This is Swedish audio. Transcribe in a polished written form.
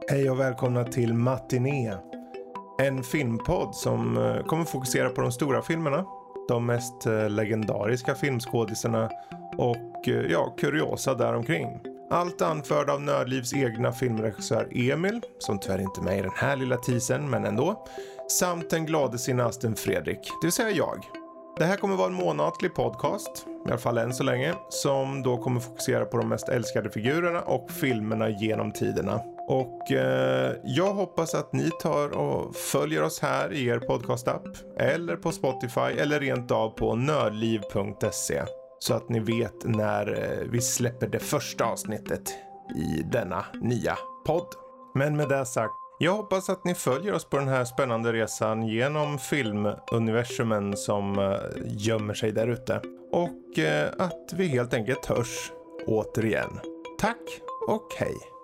Hej och välkomna till Matiné. En filmpodd som kommer fokusera på de stora filmerna, de mest legendariska filmskådisarna och kuriosa däromkring. Allt anförd av Nördlivs egna filmregissör Emil, som tyvärr inte är med i den här lilla teasern men ändå, samt den glade cinnasten Fredrik, det vill säga jag. Det här kommer vara en månatlig podcast, i alla fall än så länge, som då kommer fokusera på de mest älskade figurerna och filmerna genom tiderna. Och jag hoppas att ni tar och följer oss här i er podcastapp eller på Spotify eller rent av på nördliv.se så att ni vet när vi släpper det första avsnittet i denna nya podd. Men med det sagt, jag hoppas att ni följer oss på den här spännande resan genom filmuniversumen som gömmer sig där ute. Och att vi helt enkelt hörs återigen. Tack och hej!